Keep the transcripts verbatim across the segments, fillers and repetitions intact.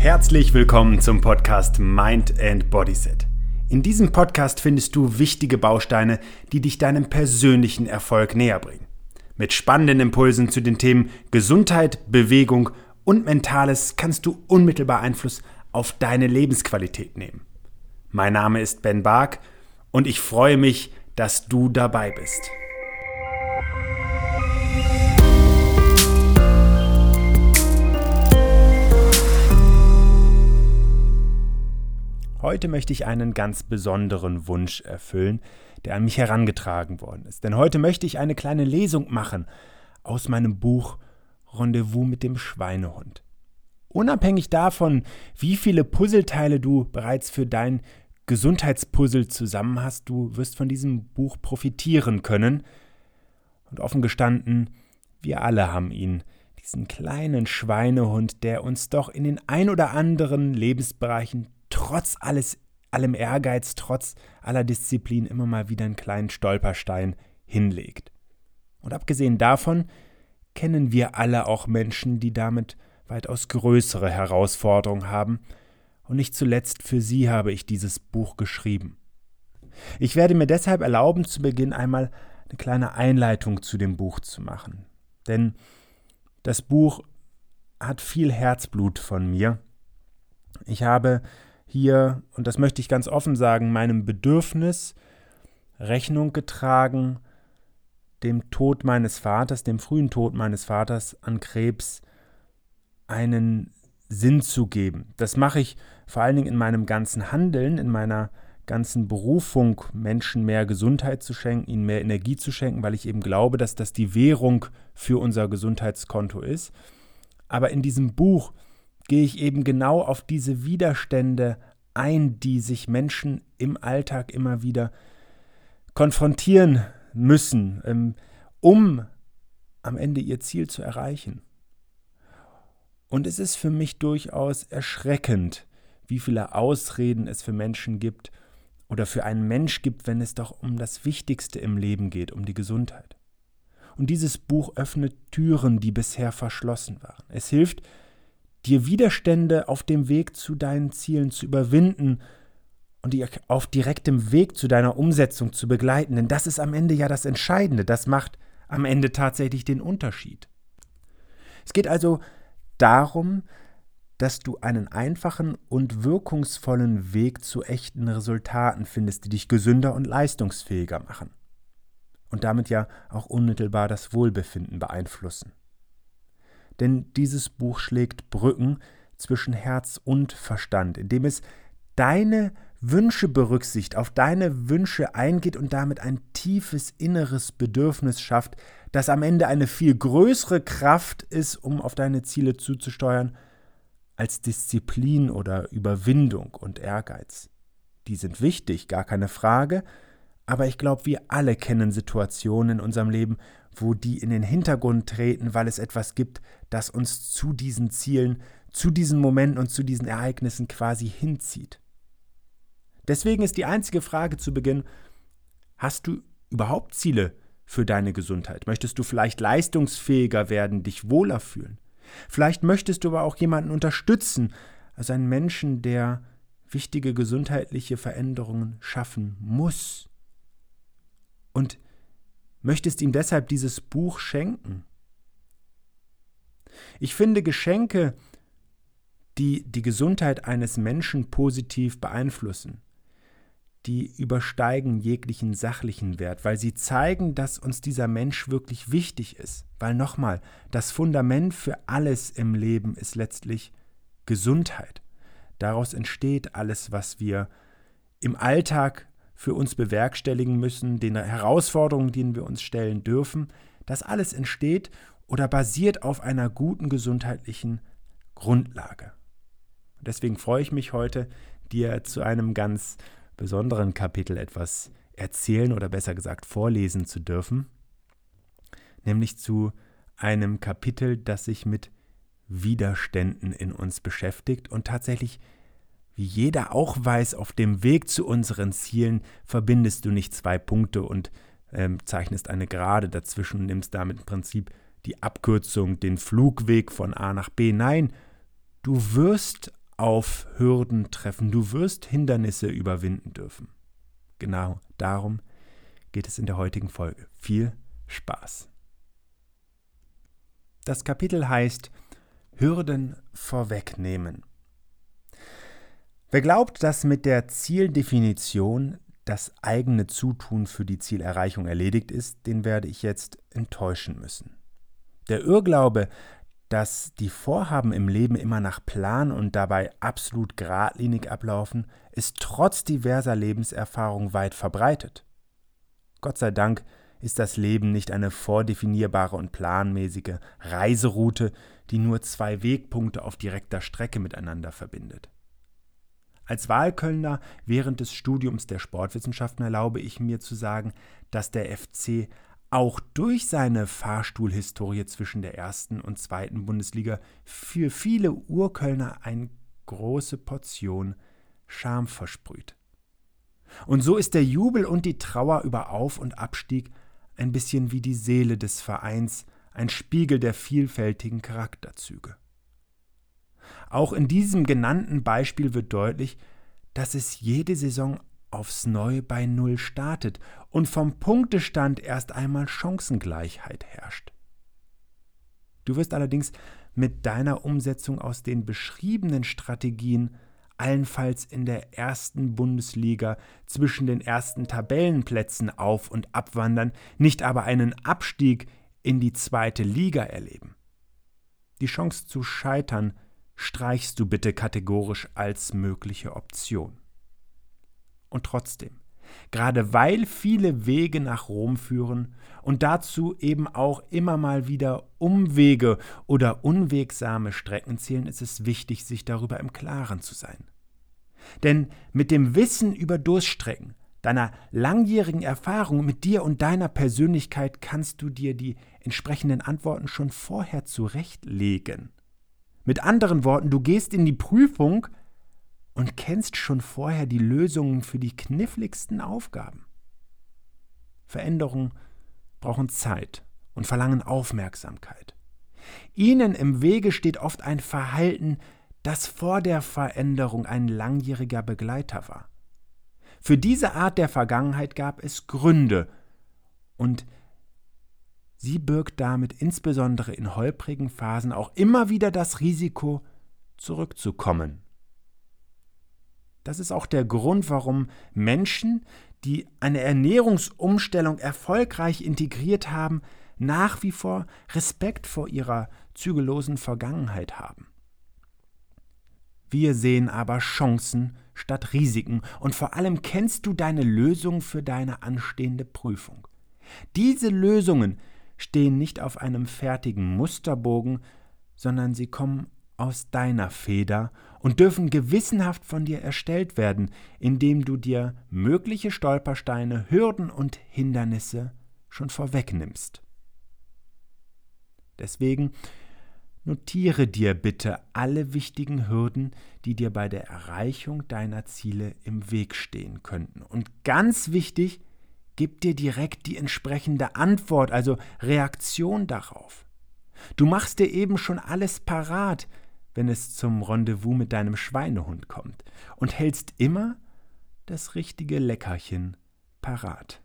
Herzlich willkommen zum Podcast Mind and Bodyset. In diesem Podcast findest du wichtige Bausteine, die dich deinem persönlichen Erfolg näher bringen. Mit spannenden Impulsen zu den Themen Gesundheit, Bewegung und Mentales kannst du unmittelbar Einfluss auf deine Lebensqualität nehmen. Mein Name ist Ben Bark und ich freue mich, dass du dabei bist. Heute möchte ich einen ganz besonderen Wunsch erfüllen, der an mich herangetragen worden ist. Denn heute möchte ich eine kleine Lesung machen aus meinem Buch Rendezvous mit dem Schweinehund. Unabhängig davon, wie viele Puzzleteile du bereits für dein Gesundheitspuzzle zusammen hast, du wirst von diesem Buch profitieren können. Und offen gestanden, wir alle haben ihn, diesen kleinen Schweinehund, der uns doch in den ein oder anderen Lebensbereichen trotz alles, allem Ehrgeiz, trotz aller Disziplin immer mal wieder einen kleinen Stolperstein hinlegt. Und abgesehen davon kennen wir alle auch Menschen, die damit weitaus größere Herausforderungen haben. Und nicht zuletzt für sie habe ich dieses Buch geschrieben. Ich werde mir deshalb erlauben, zu Beginn einmal eine kleine Einleitung zu dem Buch zu machen. Denn das Buch hat viel Herzblut von mir. Ich habe hier, und das möchte ich ganz offen sagen, meinem Bedürfnis Rechnung getragen, dem Tod meines Vaters, dem frühen Tod meines Vaters an Krebs, einen Sinn zu geben. Das mache ich vor allen Dingen in meinem ganzen Handeln, in meiner ganzen Berufung, Menschen mehr Gesundheit zu schenken, ihnen mehr Energie zu schenken, weil ich eben glaube, dass das die Währung für unser Gesundheitskonto ist. Aber in diesem Buch gehe ich eben genau auf diese Widerstände ein, die sich Menschen im Alltag immer wieder konfrontieren müssen, um am Ende ihr Ziel zu erreichen. Und es ist für mich durchaus erschreckend, wie viele Ausreden es für Menschen gibt oder für einen Mensch gibt, wenn es doch um das Wichtigste im Leben geht, um die Gesundheit. Und dieses Buch öffnet Türen, die bisher verschlossen waren. Es hilft, dir Widerstände auf dem Weg zu deinen Zielen zu überwinden und die auf direktem Weg zu deiner Umsetzung zu begleiten. Denn das ist am Ende ja das Entscheidende. Das macht am Ende tatsächlich den Unterschied. Es geht also darum, dass du einen einfachen und wirkungsvollen Weg zu echten Resultaten findest, die dich gesünder und leistungsfähiger machen und damit ja auch unmittelbar das Wohlbefinden beeinflussen. Denn dieses Buch schlägt Brücken zwischen Herz und Verstand, indem es deine Wünsche berücksichtigt, auf deine Wünsche eingeht und damit ein tiefes inneres Bedürfnis schafft, das am Ende eine viel größere Kraft ist, um auf deine Ziele zuzusteuern, als Disziplin oder Überwindung und Ehrgeiz. Die sind wichtig, gar keine Frage, aber ich glaube, wir alle kennen Situationen in unserem Leben, wo die in den Hintergrund treten, weil es etwas gibt, das uns zu diesen Zielen, zu diesen Momenten und zu diesen Ereignissen quasi hinzieht. Deswegen ist die einzige Frage zu Beginn: Hast du überhaupt Ziele für deine Gesundheit? Möchtest du vielleicht leistungsfähiger werden, dich wohler fühlen? Vielleicht möchtest du aber auch jemanden unterstützen, also einen Menschen, der wichtige gesundheitliche Veränderungen schaffen muss. Und möchtest ihm deshalb dieses Buch schenken? Ich finde, Geschenke, die die Gesundheit eines Menschen positiv beeinflussen, die übersteigen jeglichen sachlichen Wert, weil sie zeigen, dass uns dieser Mensch wirklich wichtig ist. Weil nochmal, das Fundament für alles im Leben ist letztlich Gesundheit. Daraus entsteht alles, was wir im Alltag für uns bewerkstelligen müssen, den Herausforderungen, denen wir uns stellen dürfen. Das alles entsteht oder basiert auf einer guten gesundheitlichen Grundlage. Und deswegen freue ich mich heute, dir zu einem ganz besonderen Kapitel etwas erzählen oder besser gesagt vorlesen zu dürfen, nämlich zu einem Kapitel, das sich mit Widerständen in uns beschäftigt und tatsächlich, wie jeder auch weiß, auf dem Weg zu unseren Zielen verbindest du nicht zwei Punkte und ähm, zeichnest eine Gerade dazwischen und nimmst damit im Prinzip die Abkürzung, den Flugweg von A nach B. Nein, du wirst auf Hürden treffen, du wirst Hindernisse überwinden dürfen. Genau darum geht es in der heutigen Folge. Viel Spaß! Das Kapitel heißt Hürden vorwegnehmen. Wer glaubt, dass mit der Zieldefinition das eigene Zutun für die Zielerreichung erledigt ist, den werde ich jetzt enttäuschen müssen. Der Irrglaube, dass die Vorhaben im Leben immer nach Plan und dabei absolut geradlinig ablaufen, ist trotz diverser Lebenserfahrung weit verbreitet. Gott sei Dank ist das Leben nicht eine vordefinierbare und planmäßige Reiseroute, die nur zwei Wegpunkte auf direkter Strecke miteinander verbindet. Als Wahlkölner während des Studiums der Sportwissenschaften erlaube ich mir zu sagen, dass der F C auch durch seine Fahrstuhlhistorie zwischen der ersten und zweiten Bundesliga für viele Urkölner eine große Portion Charme versprüht. Und so ist der Jubel und die Trauer über Auf- und Abstieg ein bisschen wie die Seele des Vereins, ein Spiegel der vielfältigen Charakterzüge. Auch in diesem genannten Beispiel wird deutlich, dass es jede Saison aufs Neue bei Null startet und vom Punktestand erst einmal Chancengleichheit herrscht. Du wirst allerdings mit deiner Umsetzung aus den beschriebenen Strategien allenfalls in der ersten Bundesliga zwischen den ersten Tabellenplätzen auf- und abwandern, nicht aber einen Abstieg in die zweite Liga erleben. Die Chance zu scheitern streichst du bitte kategorisch als mögliche Option. Und trotzdem, gerade weil viele Wege nach Rom führen und dazu eben auch immer mal wieder Umwege oder unwegsame Strecken zählen, ist es wichtig, sich darüber im Klaren zu sein. Denn mit dem Wissen über Durststrecken, deiner langjährigen Erfahrung mit dir und deiner Persönlichkeit kannst du dir die entsprechenden Antworten schon vorher zurechtlegen. Mit anderen Worten, du gehst in die Prüfung und kennst schon vorher die Lösungen für die kniffligsten Aufgaben. Veränderungen brauchen Zeit und verlangen Aufmerksamkeit. Ihnen im Wege steht oft ein Verhalten, das vor der Veränderung ein langjähriger Begleiter war. Für diese Art der Vergangenheit gab es Gründe und sie birgt damit insbesondere in holprigen Phasen auch immer wieder das Risiko, zurückzukommen. Das ist auch der Grund, warum Menschen, die eine Ernährungsumstellung erfolgreich integriert haben, nach wie vor Respekt vor ihrer zügellosen Vergangenheit haben. Wir sehen aber Chancen statt Risiken und vor allem kennst du deine Lösung für deine anstehende Prüfung. Diese Lösungen stehen nicht auf einem fertigen Musterbogen, sondern sie kommen aus deiner Feder und dürfen gewissenhaft von dir erstellt werden, indem du dir mögliche Stolpersteine, Hürden und Hindernisse schon vorwegnimmst. Deswegen notiere dir bitte alle wichtigen Hürden, die dir bei der Erreichung deiner Ziele im Weg stehen könnten. Und ganz wichtig, gib dir direkt die entsprechende Antwort, also Reaktion darauf. Du machst dir eben schon alles parat, wenn es zum Rendezvous mit deinem Schweinehund kommt und hältst immer das richtige Leckerchen parat.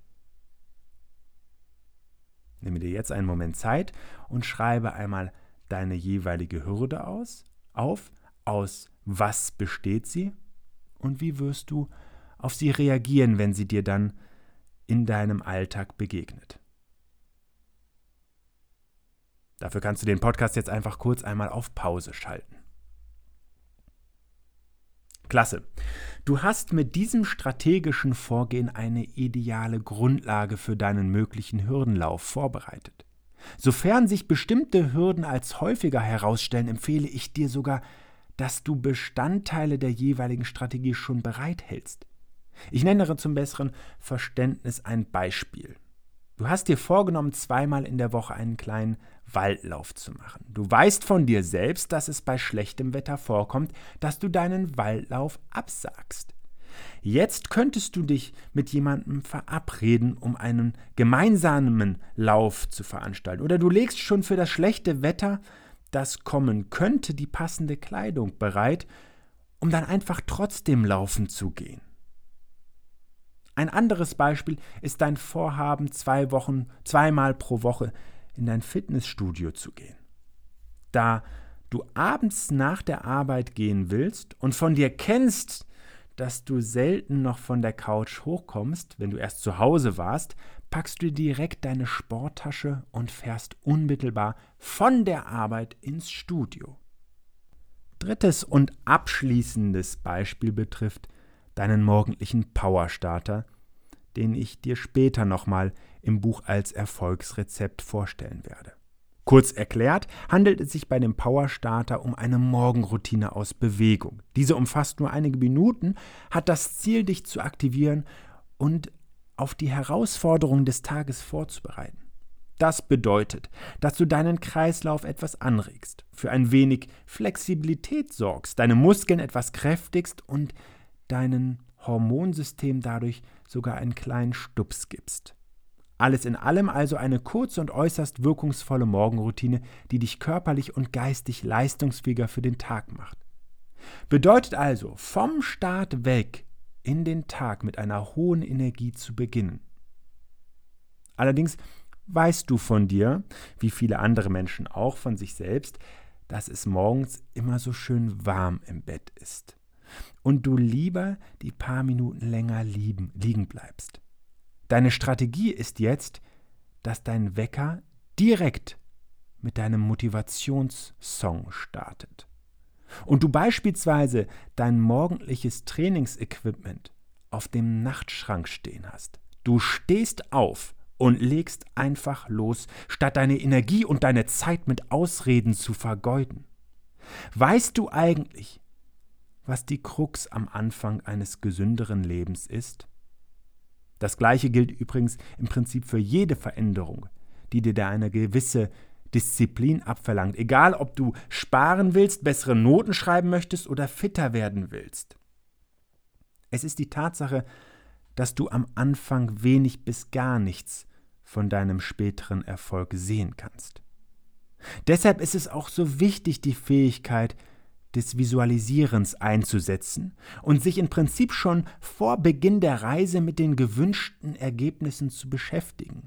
Nimm dir jetzt einen Moment Zeit und schreibe einmal deine jeweilige Hürde aus, auf, aus was besteht sie und wie wirst du auf sie reagieren, wenn sie dir dann in deinem Alltag begegnet. Dafür kannst du den Podcast jetzt einfach kurz einmal auf Pause schalten. Klasse. Du hast mit diesem strategischen Vorgehen eine ideale Grundlage für deinen möglichen Hürdenlauf vorbereitet. Sofern sich bestimmte Hürden als häufiger herausstellen, empfehle ich dir sogar, dass du Bestandteile der jeweiligen Strategie schon bereithältst. Ich nenne zum besseren Verständnis ein Beispiel. Du hast dir vorgenommen, zweimal in der Woche einen kleinen Waldlauf zu machen. Du weißt von dir selbst, dass es bei schlechtem Wetter vorkommt, dass du deinen Waldlauf absagst. Jetzt könntest du dich mit jemandem verabreden, um einen gemeinsamen Lauf zu veranstalten. Oder du legst schon für das schlechte Wetter, das kommen könnte, die passende Kleidung bereit um dann einfach trotzdem laufen zu gehen. Ein anderes Beispiel ist dein Vorhaben, zwei Wochen, zweimal pro Woche in dein Fitnessstudio zu gehen. Da du abends nach der Arbeit gehen willst und von dir kennst, dass du selten noch von der Couch hochkommst, wenn du erst zu Hause warst, packst du direkt deine Sporttasche und fährst unmittelbar von der Arbeit ins Studio. Drittes und abschließendes Beispiel betrifft deinen morgendlichen Powerstarter, den ich dir später nochmal im Buch als Erfolgsrezept vorstellen werde. Kurz erklärt, handelt es sich bei dem Powerstarter um eine Morgenroutine aus Bewegung. Diese umfasst nur einige Minuten, hat das Ziel, dich zu aktivieren und auf die Herausforderungen des Tages vorzubereiten. Das bedeutet, dass du deinen Kreislauf etwas anregst, für ein wenig Flexibilität sorgst, deine Muskeln etwas kräftigst und deinem Hormonsystem dadurch sogar einen kleinen Stups gibst. Alles in allem also eine kurze und äußerst wirkungsvolle Morgenroutine, die dich körperlich und geistig leistungsfähiger für den Tag macht. Bedeutet also, vom Start weg in den Tag mit einer hohen Energie zu beginnen. Allerdings weißt du von dir, wie viele andere Menschen auch von sich selbst, dass es morgens immer so schön warm im Bett ist und du lieber die paar Minuten länger lieben, liegen bleibst. Deine Strategie ist jetzt, dass dein Wecker direkt mit deinem Motivationssong startet und du beispielsweise dein morgendliches Trainingsequipment auf dem Nachtschrank stehen hast. Du stehst auf und legst einfach los, statt deine Energie und deine Zeit mit Ausreden zu vergeuden. Weißt du eigentlich, was die Krux am Anfang eines gesünderen Lebens ist? Das Gleiche gilt übrigens im Prinzip für jede Veränderung, die dir da eine gewisse Disziplin abverlangt. Egal, ob du sparen willst, bessere Noten schreiben möchtest oder fitter werden willst. Es ist die Tatsache, dass du am Anfang wenig bis gar nichts von deinem späteren Erfolg sehen kannst. Deshalb ist es auch so wichtig, die Fähigkeit des Visualisierens einzusetzen und sich im Prinzip schon vor Beginn der Reise mit den gewünschten Ergebnissen zu beschäftigen.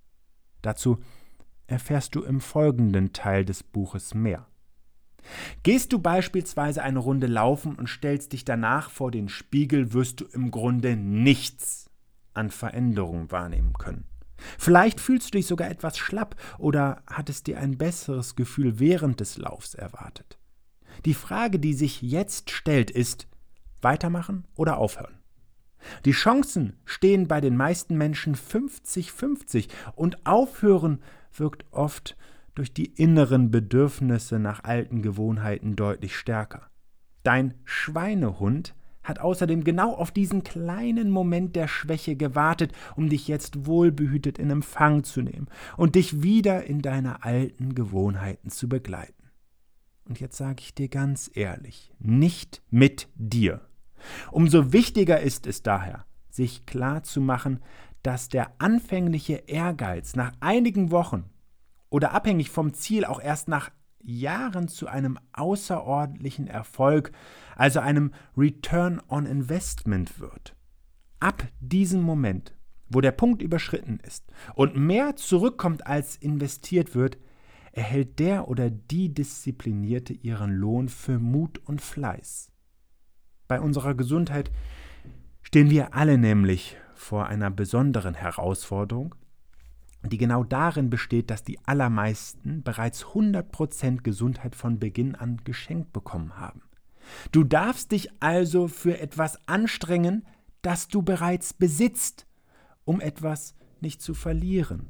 Dazu erfährst du im folgenden Teil des Buches mehr. Gehst du beispielsweise eine Runde laufen und stellst dich danach vor den Spiegel, wirst du im Grunde nichts an Veränderung wahrnehmen können. Vielleicht fühlst du dich sogar etwas schlapp oder hattest dir ein besseres Gefühl während des Laufs erwartet. Die Frage, die sich jetzt stellt, ist: weitermachen oder aufhören? Die Chancen stehen bei den meisten Menschen fünfzig fünfzig und aufhören wirkt oft durch die inneren Bedürfnisse nach alten Gewohnheiten deutlich stärker. Dein Schweinehund hat außerdem genau auf diesen kleinen Moment der Schwäche gewartet, um dich jetzt wohlbehütet in Empfang zu nehmen und dich wieder in deine alten Gewohnheiten zu begleiten. Und jetzt sage ich dir ganz ehrlich, nicht mit dir. Umso wichtiger ist es daher, sich klarzumachen, dass der anfängliche Ehrgeiz nach einigen Wochen oder abhängig vom Ziel auch erst nach Jahren zu einem außerordentlichen Erfolg, also einem Return on Investment wird. Ab diesem Moment, wo der Punkt überschritten ist und mehr zurückkommt, als investiert wird, erhält der oder die Disziplinierte ihren Lohn für Mut und Fleiß. Bei unserer Gesundheit stehen wir alle nämlich vor einer besonderen Herausforderung, die genau darin besteht, dass die allermeisten bereits hundert Prozent Gesundheit von Beginn an geschenkt bekommen haben. Du darfst dich also für etwas anstrengen, das du bereits besitzt, um etwas nicht zu verlieren.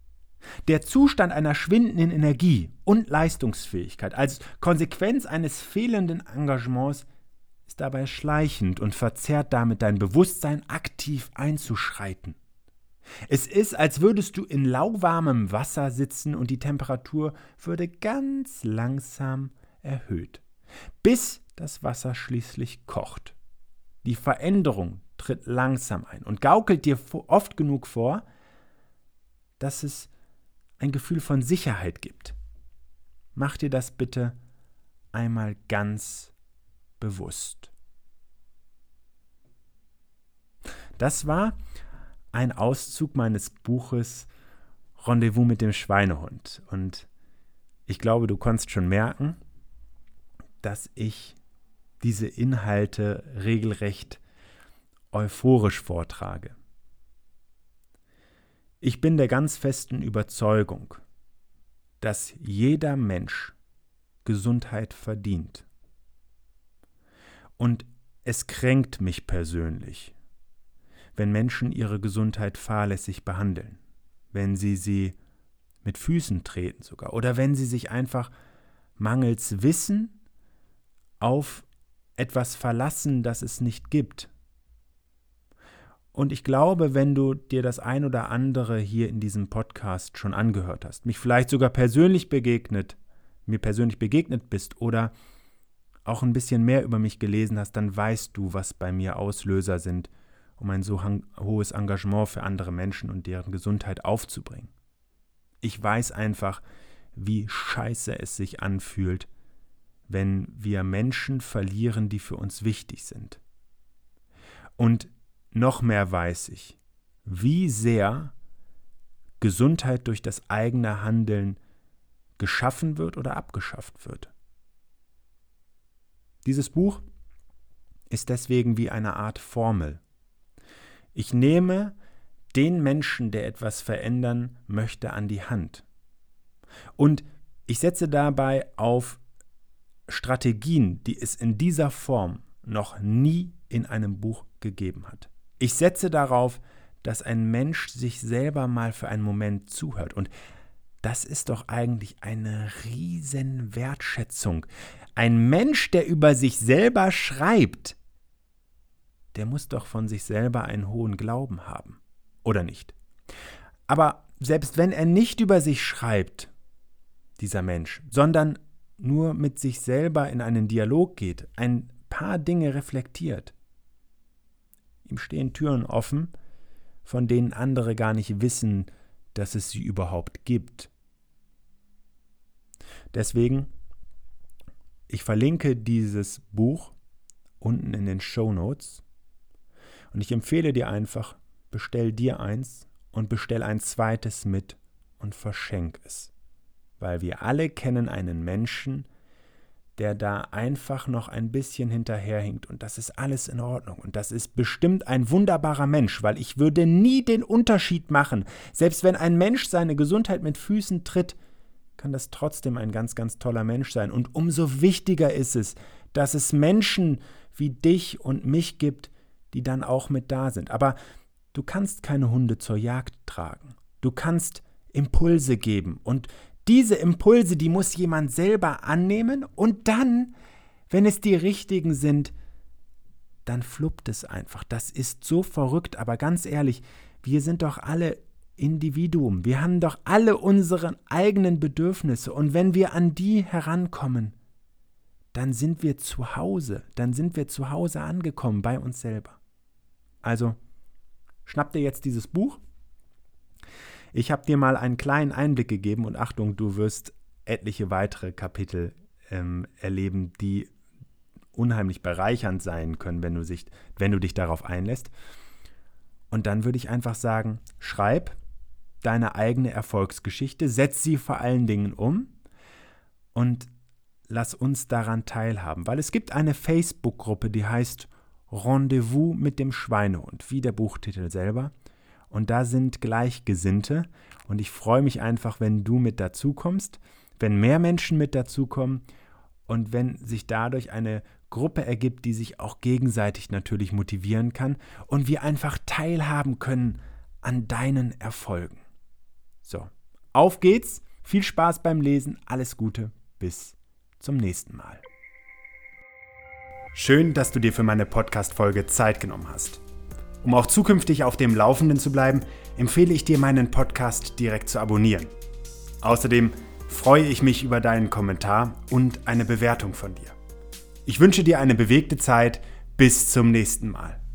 Der Zustand einer schwindenden Energie und Leistungsfähigkeit als Konsequenz eines fehlenden Engagements ist dabei schleichend und verzerrt damit dein Bewusstsein, aktiv einzuschreiten. Es ist, als würdest du in lauwarmem Wasser sitzen und die Temperatur würde ganz langsam erhöht, bis das Wasser schließlich kocht. Die Veränderung tritt langsam ein und gaukelt dir oft genug vor, dass es ein Gefühl von Sicherheit gibt. Mach dir das bitte einmal ganz bewusst. Das war ein Auszug meines Buches Rendezvous mit dem Schweinehund. Und ich glaube, du konntest schon merken, dass ich diese Inhalte regelrecht euphorisch vortrage. Ich bin der ganz festen Überzeugung, dass jeder Mensch Gesundheit verdient. Und es kränkt mich persönlich, wenn Menschen ihre Gesundheit fahrlässig behandeln, wenn sie sie mit Füßen treten sogar oder wenn sie sich einfach mangels Wissen auf etwas verlassen, das es nicht gibt. Und ich glaube, wenn du dir das ein oder andere hier in diesem Podcast schon angehört hast, mich vielleicht sogar persönlich begegnet, mir persönlich begegnet bist oder auch ein bisschen mehr über mich gelesen hast, dann weißt du, was bei mir Auslöser sind, um ein so hohes Engagement für andere Menschen und deren Gesundheit aufzubringen. Ich weiß einfach, wie scheiße es sich anfühlt, wenn wir Menschen verlieren, die für uns wichtig sind. Und noch mehr weiß ich, wie sehr Gesundheit durch das eigene Handeln geschaffen wird oder abgeschafft wird. Dieses Buch ist deswegen wie eine Art Formel. Ich nehme den Menschen, der etwas verändern möchte, an die Hand. Und ich setze dabei auf Strategien, die es in dieser Form noch nie in einem Buch gegeben hat. Ich setze darauf, dass ein Mensch sich selber mal für einen Moment zuhört. Und das ist doch eigentlich eine riesen Wertschätzung. Ein Mensch, der über sich selber schreibt, der muss doch von sich selber einen hohen Glauben haben. Oder nicht? Aber selbst wenn er nicht über sich schreibt, dieser Mensch, sondern nur mit sich selber in einen Dialog geht, ein paar Dinge reflektiert, ihm stehen Türen offen, von denen andere gar nicht wissen, dass es sie überhaupt gibt. Deswegen, ich verlinke dieses Buch unten in den Shownotes und ich empfehle dir einfach, bestell dir eins und bestell ein zweites mit und verschenk es. Weil wir alle kennen einen Menschen, der da einfach noch ein bisschen hinterherhinkt und das ist alles in Ordnung und das ist bestimmt ein wunderbarer Mensch, weil ich würde nie den Unterschied machen. Selbst wenn ein Mensch seine Gesundheit mit Füßen tritt, kann das trotzdem ein ganz, ganz toller Mensch sein. Und umso wichtiger ist es, dass es Menschen wie dich und mich gibt, die dann auch mit da sind. Aber du kannst keine Hunde zur Jagd tragen. Du kannst Impulse geben und diese Impulse, die muss jemand selber annehmen und dann, wenn es die richtigen sind, dann fluppt es einfach. Das ist so verrückt, aber ganz ehrlich, wir sind doch alle Individuum. Wir haben doch alle unsere eigenen Bedürfnisse und wenn wir an die herankommen, dann sind wir zu Hause, dann sind wir zu Hause angekommen bei uns selber. Also, schnapp dir jetzt dieses Buch. Ich habe dir mal einen kleinen Einblick gegeben und Achtung, du wirst etliche weitere Kapitel ähm, erleben, die unheimlich bereichernd sein können, wenn du, sich, wenn du dich darauf einlässt. Und dann würde ich einfach sagen, schreib deine eigene Erfolgsgeschichte, setz sie vor allen Dingen um und lass uns daran teilhaben. Weil es gibt eine Facebook-Gruppe, die heißt Rendezvous mit dem Schweinehund, wie der Buchtitel selber. Und da sind Gleichgesinnte und ich freue mich einfach, wenn du mit dazu kommst, wenn mehr Menschen mit dazukommen und wenn sich dadurch eine Gruppe ergibt, die sich auch gegenseitig natürlich motivieren kann und wir einfach teilhaben können an deinen Erfolgen. So, auf geht's, viel Spaß beim Lesen, alles Gute, bis zum nächsten Mal. Schön, dass du dir für meine Podcast-Folge Zeit genommen hast. Um auch zukünftig auf dem Laufenden zu bleiben, empfehle ich dir, meinen Podcast direkt zu abonnieren. Außerdem freue ich mich über deinen Kommentar und eine Bewertung von dir. Ich wünsche dir eine bewegte Zeit. Bis zum nächsten Mal.